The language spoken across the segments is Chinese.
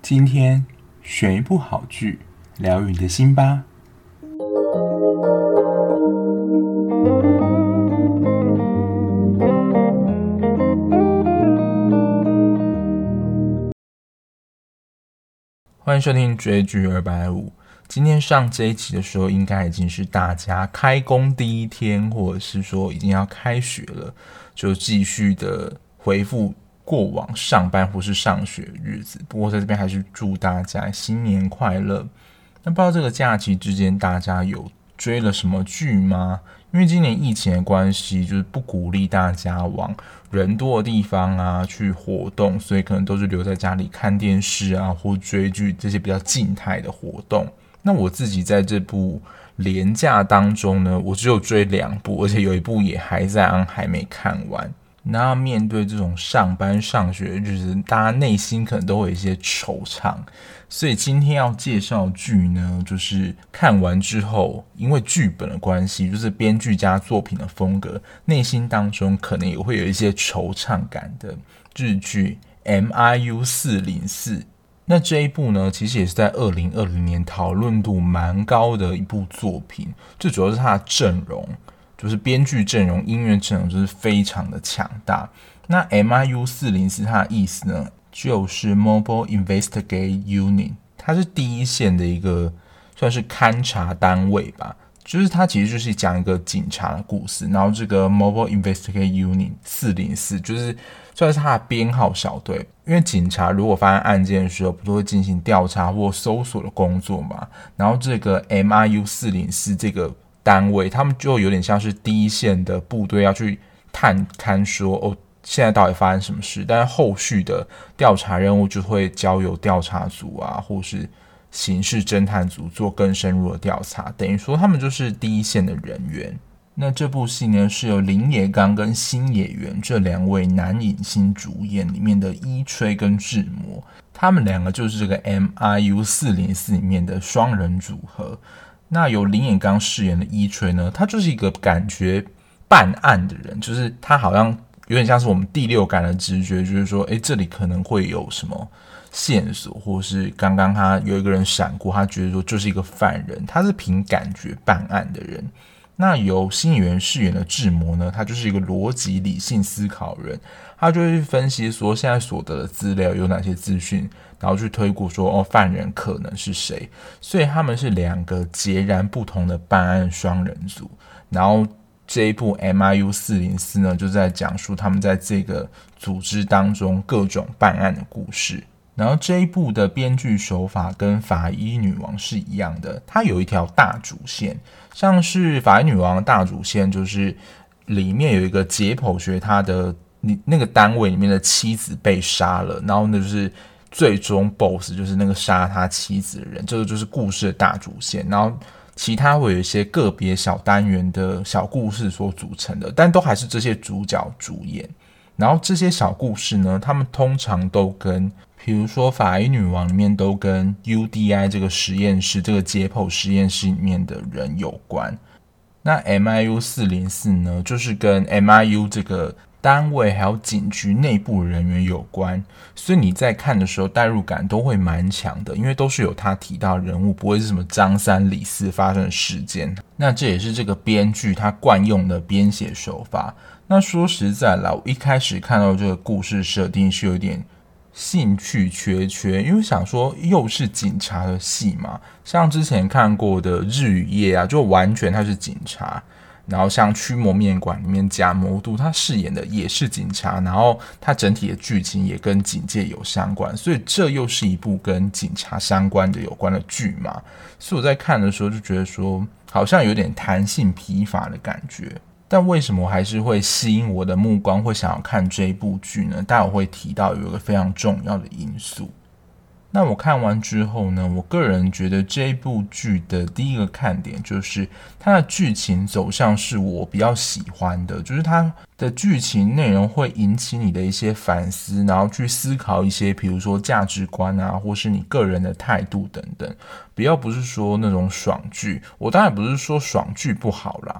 今天选一部好剧，疗愈你的心吧。欢迎收听追剧250。今天上这一期的时候，应该已经是大家开工第一天，或者是说已经要开学了，就继续的回复过往上班或是上学的日子。不过在这边还是祝大家新年快乐。那不知道这个假期之间大家有追了什么剧吗？因为今年疫情的关系，就是不鼓励大家往人多的地方啊去活动，所以可能都是留在家里看电视啊或追剧这些比较静态的活动。那我自己在这部连假当中呢，我只有追2部，而且有一部也还在还没看完。那面对这种上班上学的日子，大家内心可能都会有一些惆怅，所以今天要介绍剧呢，就是看完之后，因为剧本的关系，就是编剧加作品的风格，内心当中可能也会有一些惆怅感的日剧 MIU404。那这一部呢，其实也是在2020年讨论度蛮高的一部作品，最主要是它的阵容。就是编剧阵容、音乐阵容就是非常的强大。那 MIU404 它的意思呢，就是 Mobile Investigate Unit， 它是第一线的一个算是勘察单位吧。就是它其实就是讲一个警察的故事，然后这个 Mobile Investigate Unit 404就是算是它的编号小队。因为警察如果发生案件的时候，不都会进行调查或搜索的工作嘛？然后这个 MIU404 这个单位，他们就有点像是第一线的部队，要去探勘说现在到底发生什么事，但是后续的调查任务就会交由调查组啊，或是刑事侦探组做更深入的调查，等于说他们就是第一线的人员。那这部戏呢，是由林野刚跟新野原这2位男影星主演，里面的伊吹跟志摩，他们2个就是这个 MIU404 里面的双人组合。那由林野刚饰演的伊吹呢，他就是一个感觉办案的人，就是他好像有点像是我们第六感的直觉，就是说这里可能会有什么线索，或是刚刚他有一个人闪过，他觉得说就是一个犯人，他是凭感觉办案的人。那由新演员饰演的志摩呢，他就是一个逻辑理性思考人，他就会去分析说现在所得的资料有哪些资讯，然后去推估说犯人可能是谁。所以他们是2个截然不同的办案双人组。然后这一部 MIU404 呢，就在讲述他们在这个组织当中各种办案的故事。然后这一部的编剧手法跟法医女王是一样的，它有一条大主线，像是法医女王的大主线就是里面有一个解剖学他的那个单位里面的妻子被杀了，然后呢就是最终 BOSS 就是那个杀他妻子的人，这个就是故事的大主线。然后其他会有一些个别小单元的小故事所组成的，但都还是这些主角主演。然后这些小故事呢，他们通常都跟比如说法医女王里面都跟 UDI 这个实验室，这个解剖实验室里面的人有关。那 MIU404 呢，就是跟 MIU 这个单位还有警局内部人员有关，所以你在看的时候代入感都会蛮强的，因为都是有他提到的人物，不会是什么张三李四发生的事件。那这也是这个编剧他惯用的编写手法。那说实在啦，我一开始看到这个故事设定是有点兴趣缺，因为想说又是警察的戏嘛，像之前看过的日与夜啊，就完全他是警察。然后像驱魔面馆里面假魔都他饰演的也是警察，然后他整体的剧情也跟警界有相关，所以这又是一部跟警察相关的有关的剧嘛。所以我在看的时候就觉得说好像有点弹性疲乏的感觉。但为什么我还是会吸引我的目光，会想要看这一部剧呢？待会会提到有一个非常重要的因素。那我看完之后呢，我个人觉得这一部剧的第一个看点就是它的剧情走向是我比较喜欢的，就是它的剧情内容会引起你的一些反思，然后去思考一些比如说价值观啊，或是你个人的态度等等，不是说那种爽剧。我当然不是说爽剧不好啦，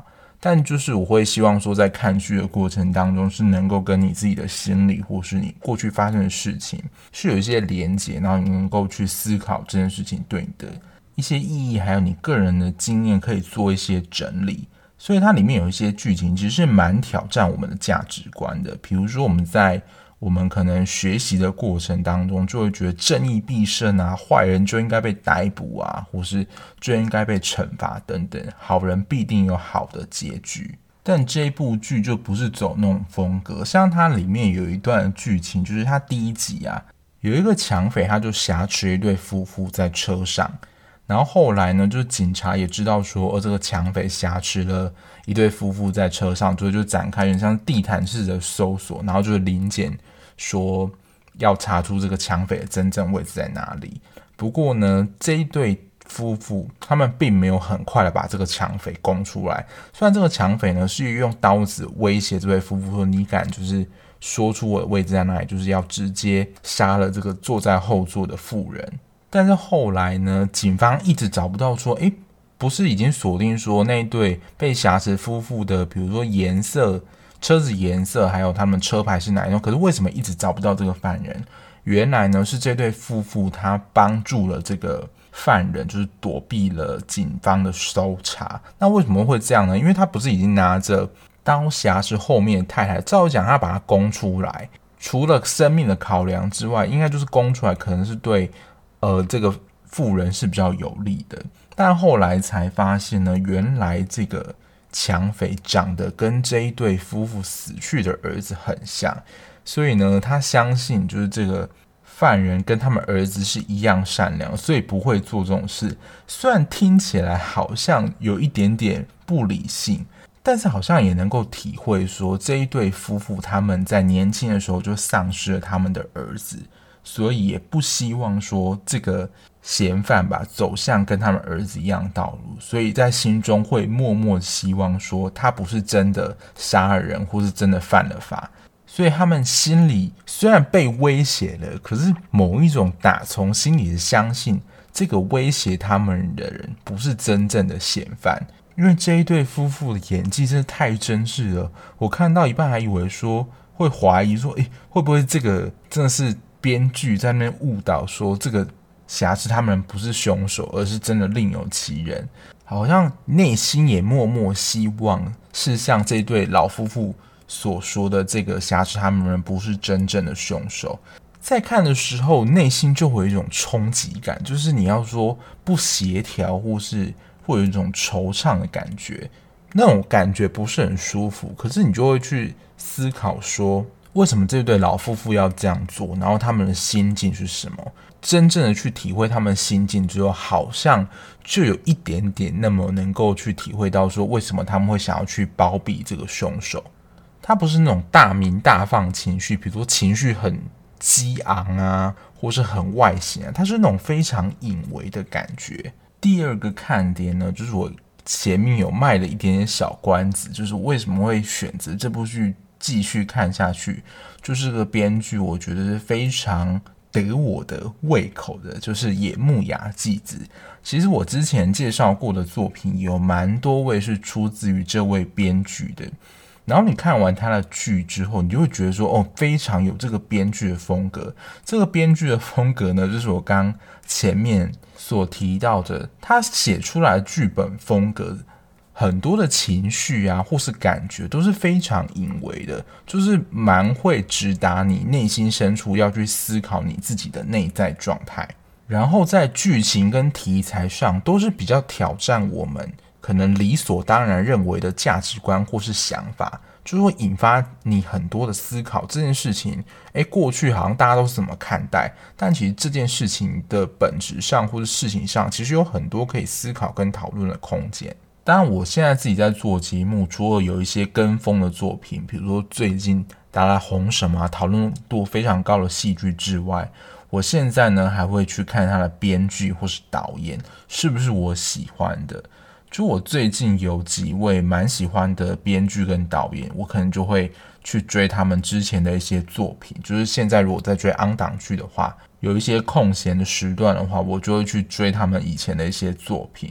但就是我会希望说，在看剧的过程当中，是能够跟你自己的心理或是你过去发生的事情是有一些连结，然后你能够去思考这件事情对你的一些意义，还有你个人的经验可以做一些整理。所以它里面有一些剧情其实是蛮挑战我们的价值观的，比如说我们可能学习的过程当中，就会觉得正义必胜啊，坏人就应该被逮捕啊，或是就应该被惩罚等等，好人必定有好的结局。但这部剧就不是走那种风格，像它里面有一段剧情，就是它第一集啊，有一个抢匪他就挟持一对夫妇在车上。然后后来呢，就是警察也知道说，这个抢匪挟持了一对夫妇在车上，所以就展开有点像地毯式的搜索，然后就是临检说要查出这个抢匪的真正位置在哪里。不过呢，这一对夫妇他们并没有很快的把这个抢匪供出来。虽然这个抢匪呢是用刀子威胁这对夫妇说，你敢就是说出我的位置在哪里，就是要直接杀了这个坐在后座的妇人。但是后来呢，警方一直找不到说，不是已经锁定说那一对被挟持夫妇的，比如说颜色、车子颜色，还有他们车牌是哪一种？可是为什么一直找不到这个犯人？原来呢是这对夫妇他帮助了这个犯人，就是躲避了警方的搜查。那为什么会这样呢？因为他不是已经拿着刀挟持后面的太太，照讲他把他供出来，除了生命的考量之外，应该就是供出来可能是对这个妇人是比较有利的。但后来才发现呢，原来这个抢匪长得跟这一对夫妇死去的儿子很像，所以呢，他相信就是这个犯人跟他们儿子是一样善良，所以不会做这种事。虽然听起来好像有一点点不理性，但是好像也能够体会说，这一对夫妇他们在年轻的时候就丧失了他们的儿子，所以也不希望说这个嫌犯吧走向跟他们儿子一样的道路，所以在心中会默默希望说他不是真的杀了人，或是真的犯了法。所以他们心里虽然被威胁了，可是某一种打从心里的相信这个威胁他们的人不是真正的嫌犯。因为这一对夫妇的演技真的太真实了，我看到一半还以为说会怀疑说，会不会这个真的是编剧在那边误导，说这个挟持他们不是凶手，而是真的另有其人，好像内心也默默希望是像这对老夫妇所说的，这个挟持他们的人不是真正的凶手。在看的时候，内心就会有一种冲击感，就是你要说不协调，或是会有一种惆怅的感觉，那种感觉不是很舒服。可是你就会去思考说，为什么这对老夫妇要这样做，然后他们的心境是什么？真正的去体会他们的心境之后，好像就有一点点那么能够去体会到说，为什么他们会想要去包庇这个凶手。他不是那种大鸣大放情绪，比如说情绪很激昂啊，或是很外显啊，他是那种非常隐微的感觉。第二个看点呢，就是我前面有卖了一点点小关子，就是为什么会选择这部剧继续看下去，就是这个编剧我觉得是非常得我的胃口的，就是野木雅纪子。其实我之前介绍过的作品有蛮多位是出自于这位编剧的，然后你看完他的剧之后，你就会觉得说，非常有这个编剧的风格。这个编剧的风格呢，就是我刚前面所提到的，他写出来的剧本风格，很多的情绪啊，或是感觉都是非常隐微的，就是蛮会直达你内心深处，要去思考你自己的内在状态。然后在剧情跟题材上，都是比较挑战我们可能理所当然认为的价值观或是想法，就是会引发你很多的思考。这件事情，过去好像大家都是怎么看待，但其实这件事情的本质上或是事情上，其实有很多可以思考跟讨论的空间。当然，我现在自己在做节目，除了有一些跟风的作品，比如说最近大家红什么讨论度非常高的戏剧之外，我现在呢还会去看他的编剧或是导演是不是我喜欢的。就我最近有几位蛮喜欢的编剧跟导演，我可能就会去追他们之前的一些作品。就是现在如果在追on档剧的话，有一些空闲的时段的话，我就会去追他们以前的一些作品。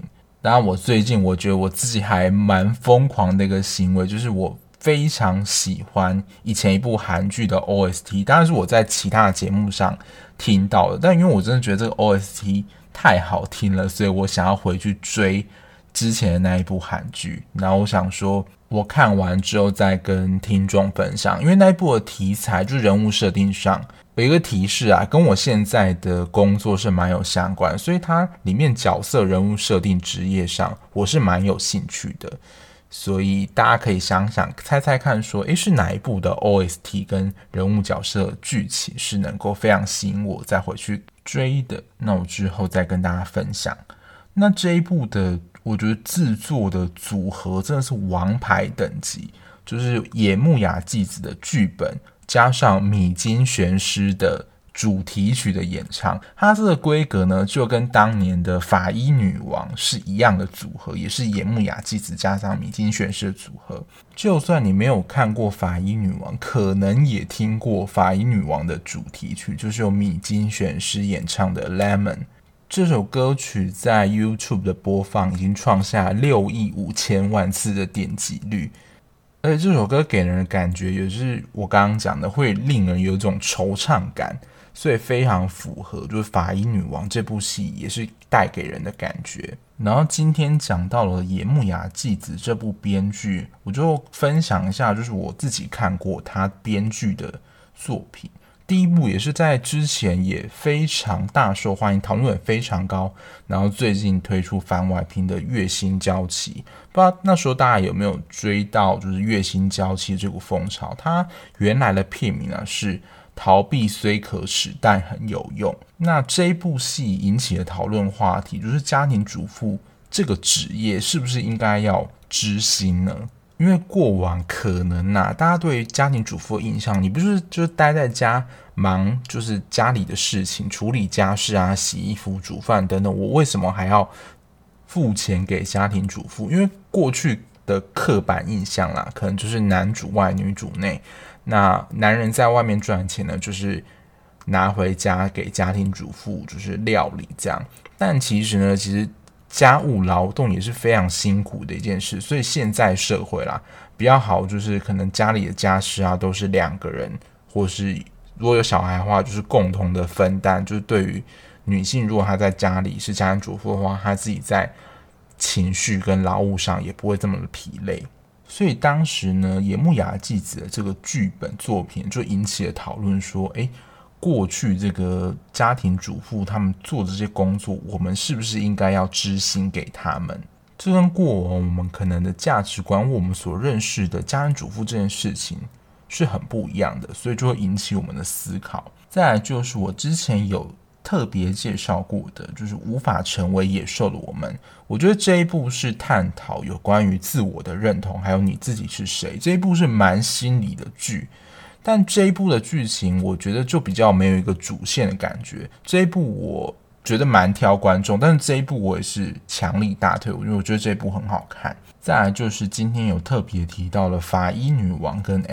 当然我最近我觉得我自己还蛮疯狂的一个行为，就是我非常喜欢以前一部韩剧的 OST， 当然是我在其他的节目上听到的，但因为我真的觉得这个 OST 太好听了，所以我想要回去追之前的那一部韩剧，然后我想说我看完之后再跟听众分享，因为那一部的题材就是人物设定上有一个提示啊，跟我现在的工作是蛮有相关，所以它里面角色人物设定职业上我是蛮有兴趣的，所以大家可以想想猜猜看说是哪一部的 OST 跟人物角色剧情是能够非常吸引我再回去追的，那我之后再跟大家分享。那这一部的我觉得制作的组合真的是王牌等级，就是野木雅纪子的剧本加上米津玄师的主题曲的演唱，它这个规格呢就跟当年的法医女王是一样的组合，也是野木雅纪子加上米津玄师的组合。就算你没有看过法医女王，可能也听过法医女王的主题曲，就是由米津玄师演唱的 Lemon。这首歌曲在 YouTube 的播放已经创下6亿5千万次的点击率，而且这首歌给人的感觉也是我刚刚讲的，会令人有一种惆怅感，所以非常符合就是法医女王这部戏也是带给人的感觉。然后今天讲到了野木雅纪子这部编剧，我就分享一下就是我自己看过他编剧的作品。第一部也是在之前也非常大受欢迎，讨论也非常高，然后最近推出番外篇的《月薪娇妻》，不知道那时候大家有没有追到就是《月薪娇妻》这股风潮。它原来的片名呢是逃避虽可耻但很有用。那这一部戏引起的讨论话题就是家庭主妇这个职业是不是应该要知薪呢？因为过往可能大家对于家庭主妇的印象，你不是就是待在家忙就是家里的事情，处理家事啊、洗衣服、煮饭等等，我为什么还要付钱给家庭主妇？因为过去的刻板印象啦，可能就是男主外女主内，那男人在外面赚钱呢，就是拿回家给家庭主妇就是料理这样，但其实家务劳动也是非常辛苦的一件事，所以现在社会啦比较好，就是可能家里的家事啊都是2个人，或是如果有小孩的话，就是共同的分担。就是对于女性，如果她在家里是家庭主妇的话，她自己在情绪跟劳务上也不会这么的疲累。所以当时呢，野木雅纪子的这个剧本作品就引起了讨论，说，过去这个家庭主妇他们做的这些工作，我们是不是应该要知薪给他们？这跟过往我们可能的价值观，我们所认识的家庭主妇这件事情是很不一样的，所以就会引起我们的思考。再来就是我之前有特别介绍过的，就是无法成为野兽的我们。我觉得这一部是探讨有关于自我的认同，还有你自己是谁。这一部是蛮心理的剧。但这一部的剧情我觉得就比较没有一个主线的感觉，这一部我觉得蛮挑观众，但是这一部我也是强力大推，因为我觉得这一部很好看。再来就是今天有特别提到了法医女王跟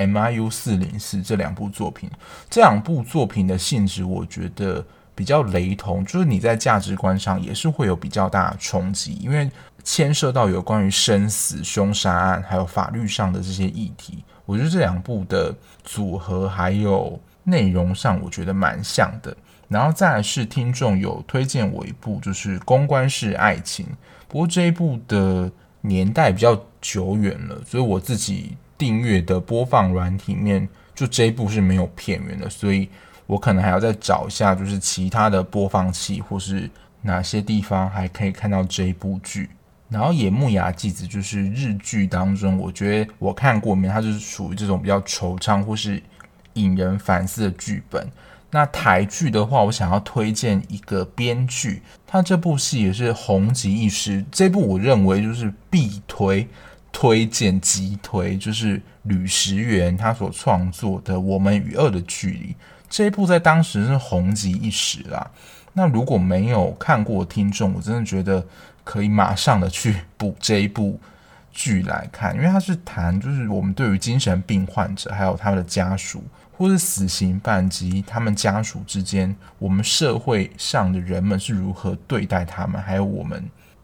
MIU404 这2部作品，这2部作品的性质我觉得比较雷同，就是你在价值观上也是会有比较大的冲击，因为牵涉到有关于生死、凶杀案还有法律上的这些议题。我觉得这2部的组合还有内容上我觉得蛮像的。然后再来是听众有推荐我一部就是公关式爱情，不过这一部的年代比较久远了，所以我自己订阅的播放软体面就这一部是没有片源的，所以我可能还要再找一下就是其他的播放器或是哪些地方还可以看到这一部剧。然后野木雅纪子就是日剧当中我觉得我看过里面它就是属于这种比较惆怅或是引人反思的剧本。那台剧的话我想要推荐一个编剧，他这部戏也是红极一时，这部我认为就是必推荐急推，就是吕石原他所创作的《我们与恶的距离》，这一部在当时是红极一时啦。那如果没有看过的听众，我真的觉得可以马上的去补这一部剧来看，因为它是谈就是我们对于精神病患者还有他们的家属，或是死刑犯及他们家属之间，我们社会上的人们是如何对待他们，还有我们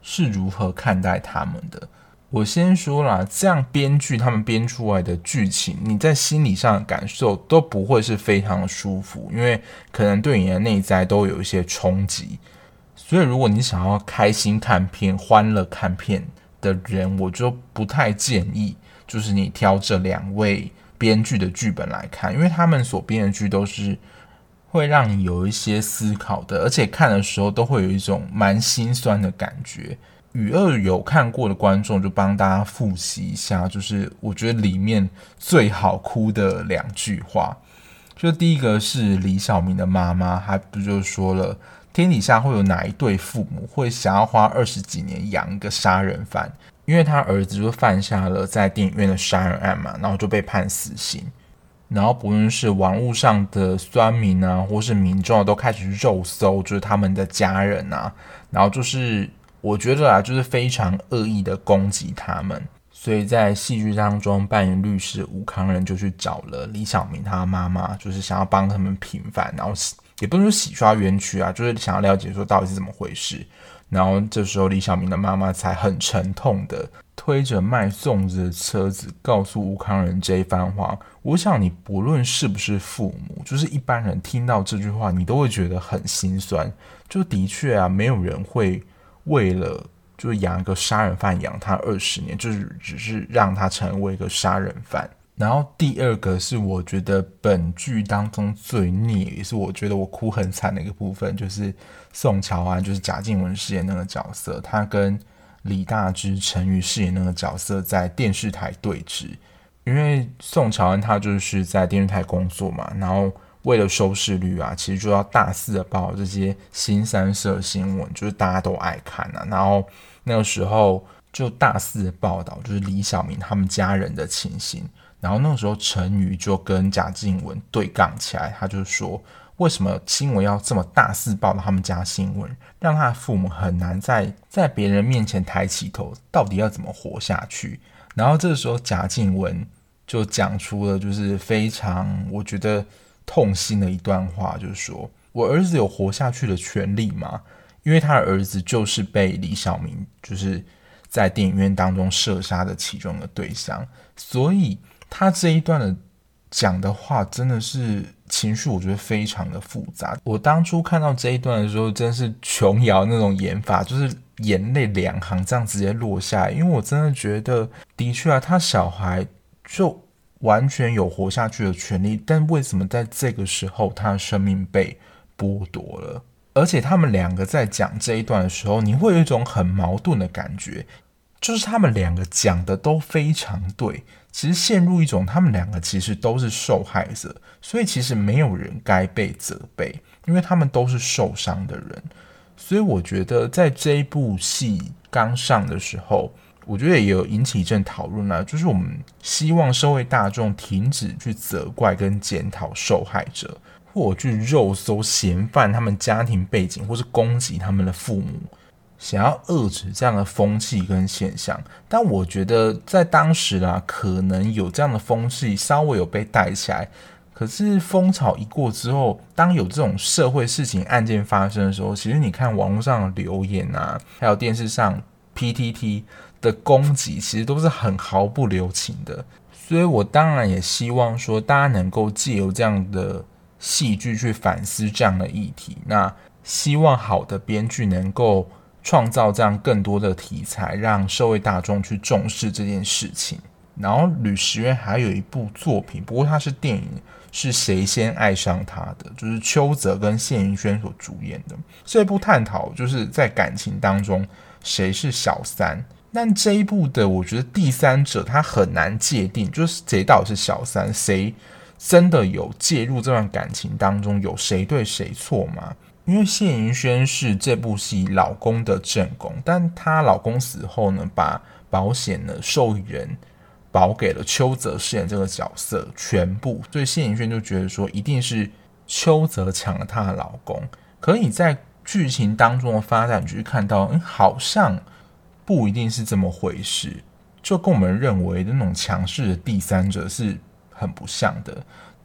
是如何看待他们的。我先说啦，这样编剧他们编出来的剧情，你在心理上的感受都不会是非常的舒服，因为可能对你的内在都有一些冲击。所以如果你想要开心看片、欢乐看片的人，我就不太建议就是你挑这2位编剧的剧本来看，因为他们所编的剧都是会让你有一些思考的，而且看的时候都会有一种蛮心酸的感觉。与2有看过的观众就帮大家复习一下，就是我觉得里面最好哭的2句话。就第一个是李小明的妈妈，她不就说了，天底下会有哪一对父母会想要花20几年养一个杀人犯？因为他儿子就犯下了在电影院的杀人案嘛，然后就被判死刑。然后不论是网络上的酸民啊，或是民众都开始肉搜，就是他们的家人啊，然后就是我觉得就是非常恶意的攻击他们。所以在戏剧当中扮演律师吴康仁就去找了李小明他妈妈，就是想要帮他们平反，然后也不能说洗刷冤屈啊，就是想要了解说到底是怎么回事。然后这时候李小明的妈妈才很沉痛的推着卖粽子的车子告诉吴康仁这一番话。我想你不论是不是父母，就是一般人听到这句话你都会觉得很心酸。就的确啊，没有人会为了就是养一个杀人犯养他20年，就是只是让他成为一个杀人犯。然后第2个是我觉得本剧当中最孽，也是我觉得我哭很惨的一个部分，就是宋乔安，就是贾静雯饰演那个角色，他跟李大芝、陈瑜饰演那个角色在电视台对峙。因为宋乔安他就是在电视台工作嘛，然后为了收视率啊，其实就要大肆的报这些新三色新闻，就是大家都爱看啊。然后那个时候就大肆的报道就是李小明他们家人的情形。然后那个时候陈瑜就跟贾静雯对杠起来，他就说为什么新闻要这么大肆报道他们家新闻，让他的父母很难在别人面前抬起头，到底要怎么活下去。然后这个时候贾静雯就讲出了就是非常我觉得痛心的一段话，就是说我儿子有活下去的权利吗？因为他的儿子就是被李小明就是在电影院当中射杀的其中的对象，所以他这一段的讲的话真的是情绪我觉得非常的复杂。我当初看到这一段的时候真是琼瑶那种演法，就是眼泪2行这样直接落下来。因为我真的觉得的确啊，他小孩就完全有活下去的权利，但为什么在这个时候他的生命被剥夺了？而且他们2个在讲这一段的时候，你会有一种很矛盾的感觉，就是他们2个讲的都非常对，其实陷入一种他们2个其实都是受害者，所以其实没有人该被责备，因为他们都是受伤的人。所以我觉得在这一部戏刚上的时候，我觉得也有引起一阵讨论啦，就是我们希望社会大众停止去责怪跟检讨受害者，或者去肉搜嫌犯他们家庭背景，或是攻击他们的父母，想要遏制这样的风气跟现象。但我觉得在当时啦，可能有这样的风气稍微有被带起来，可是风潮一过之后，当有这种社会事情案件发生的时候，其实你看网络上的留言啊，还有电视上 PTT 的攻击，其实都是很毫不留情的。所以我当然也希望说大家能够借由这样的戏剧去反思这样的议题，那希望好的编剧能够创造这样更多的题材，让社会大众去重视这件事情。然后吕时渊还有一部作品，不过它是电影，是谁先爱上他的，就是邱泽跟谢盈萱所主演的。这部探讨就是在感情当中谁是小三，但这一部的我觉得第三者他很难界定，就是谁到底是小三，谁真的有介入这段感情当中，有谁对谁错吗？因为谢盈萱是这部戏老公的正宫，但她老公死后呢，把保险的受益人保给了邱泽饰演这个角色全部，所以谢盈萱就觉得说一定是邱泽抢了她的老公。可以在剧情当中的发展去看到，好像不一定是这么回事，就跟我们认为的那种强势的第三者是很不像的。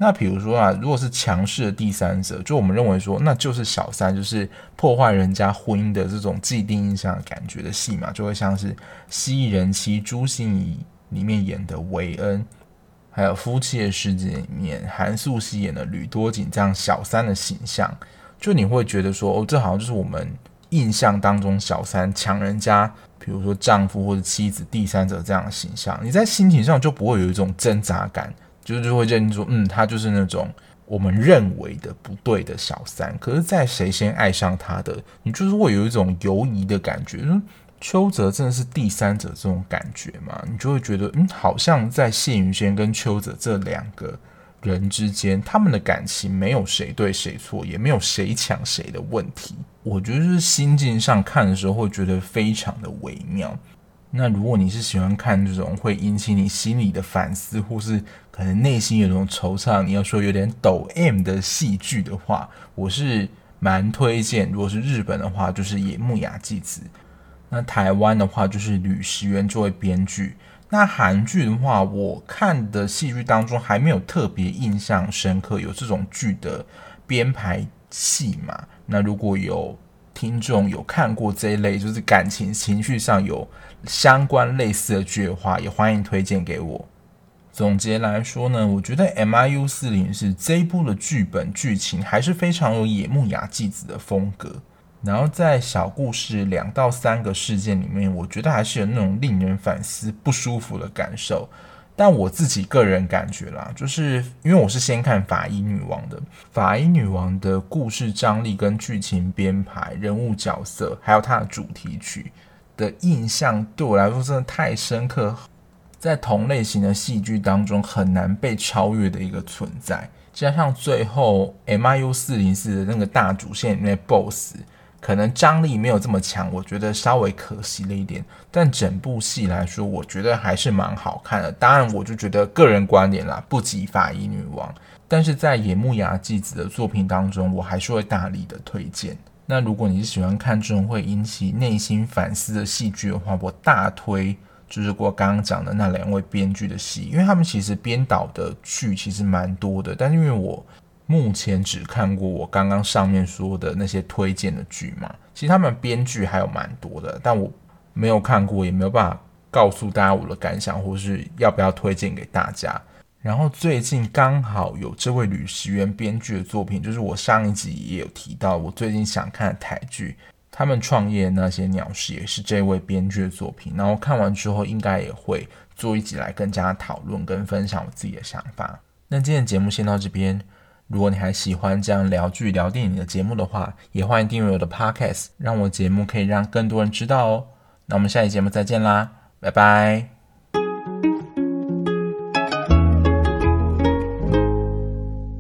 那比如说啊，如果是强势的第三者，就我们认为说那就是小三，就是破坏人家婚姻的这种既定印象的感觉的戏嘛，就会像是《蜥蜴人妻》朱芯仪里面演的韦恩，还有《夫妻的世界》里面韩素汐演的吕多景这样小三的形象，就你会觉得说哦，这好像就是我们印象当中小三抢人家，比如说丈夫或者妻子、第三者这样的形象，你在心情上就不会有一种挣扎感，就会认定说，他就是那种我们认为的不对的小三。可是，在谁先爱上他的，你就是会有一种犹疑的感觉。邱泽真的是第三者这种感觉嘛？你就会觉得，好像在谢云轩跟邱泽这两个人之间，他们的感情没有谁对谁错，也没有谁抢谁的问题。我觉得就是心境上看的时候会觉得非常的微妙。那如果你是喜欢看这种会引起你心里的反思，或是可能内心有种惆怅，你要说有点抖 M 的戏剧的话，我是蛮推荐。如果是日本的话，就是野木雅纪子；那台湾的话，就是吕石原作为编剧。那韩剧的话，我看的戏剧当中还没有特别印象深刻有这种剧的编排戏嘛。那如果有听众有看过这一类就是感情情绪上有相关类似的剧的话，也欢迎推荐给我。总结来说呢，我觉得 MIU404 这一部的剧本剧情还是非常有野木雅纪子的风格，然后在小故事2到3个事件里面，我觉得还是有那种令人反思不舒服的感受。但我自己个人感觉啦，就是因为我是先看法医女王的，法医女王的故事张力跟剧情编排、人物角色，还有它的主题曲的印象，对我来说真的太深刻，在同类型的戏剧当中很难被超越的一个存在。加上最后 MIU404 的那个大主线里面的 BOSS可能张力没有这么强，我觉得稍微可惜了一点。但整部戏来说，我觉得还是蛮好看的。当然，我就觉得个人观点啦，不及法医女王。但是在野木雅纪子的作品当中，我还是会大力的推荐。那如果你是喜欢看这种会引起内心反思的戏剧的话，我大推就是我刚刚讲的那2位编剧的戏，因为他们其实编导的剧其实蛮多的，但是因为我目前只看过我刚刚上面说的那些推荐的剧嘛，其实他们编剧还有蛮多的，但我没有看过，也没有办法告诉大家我的感想，或是要不要推荐给大家。然后最近刚好有这位吕石原编剧的作品，就是我上一集也有提到，我最近想看的台剧，他们创业的那些鸟事也是这位编剧的作品。然后看完之后，应该也会做一集来跟大家讨论跟分享我自己的想法。那今天的节目先到这边。如果你还喜欢这样聊剧聊电影的节目的话，也欢迎订阅我的 Podcast， 让我的节目可以让更多人知道哦。那我们下期节目再见啦，拜拜。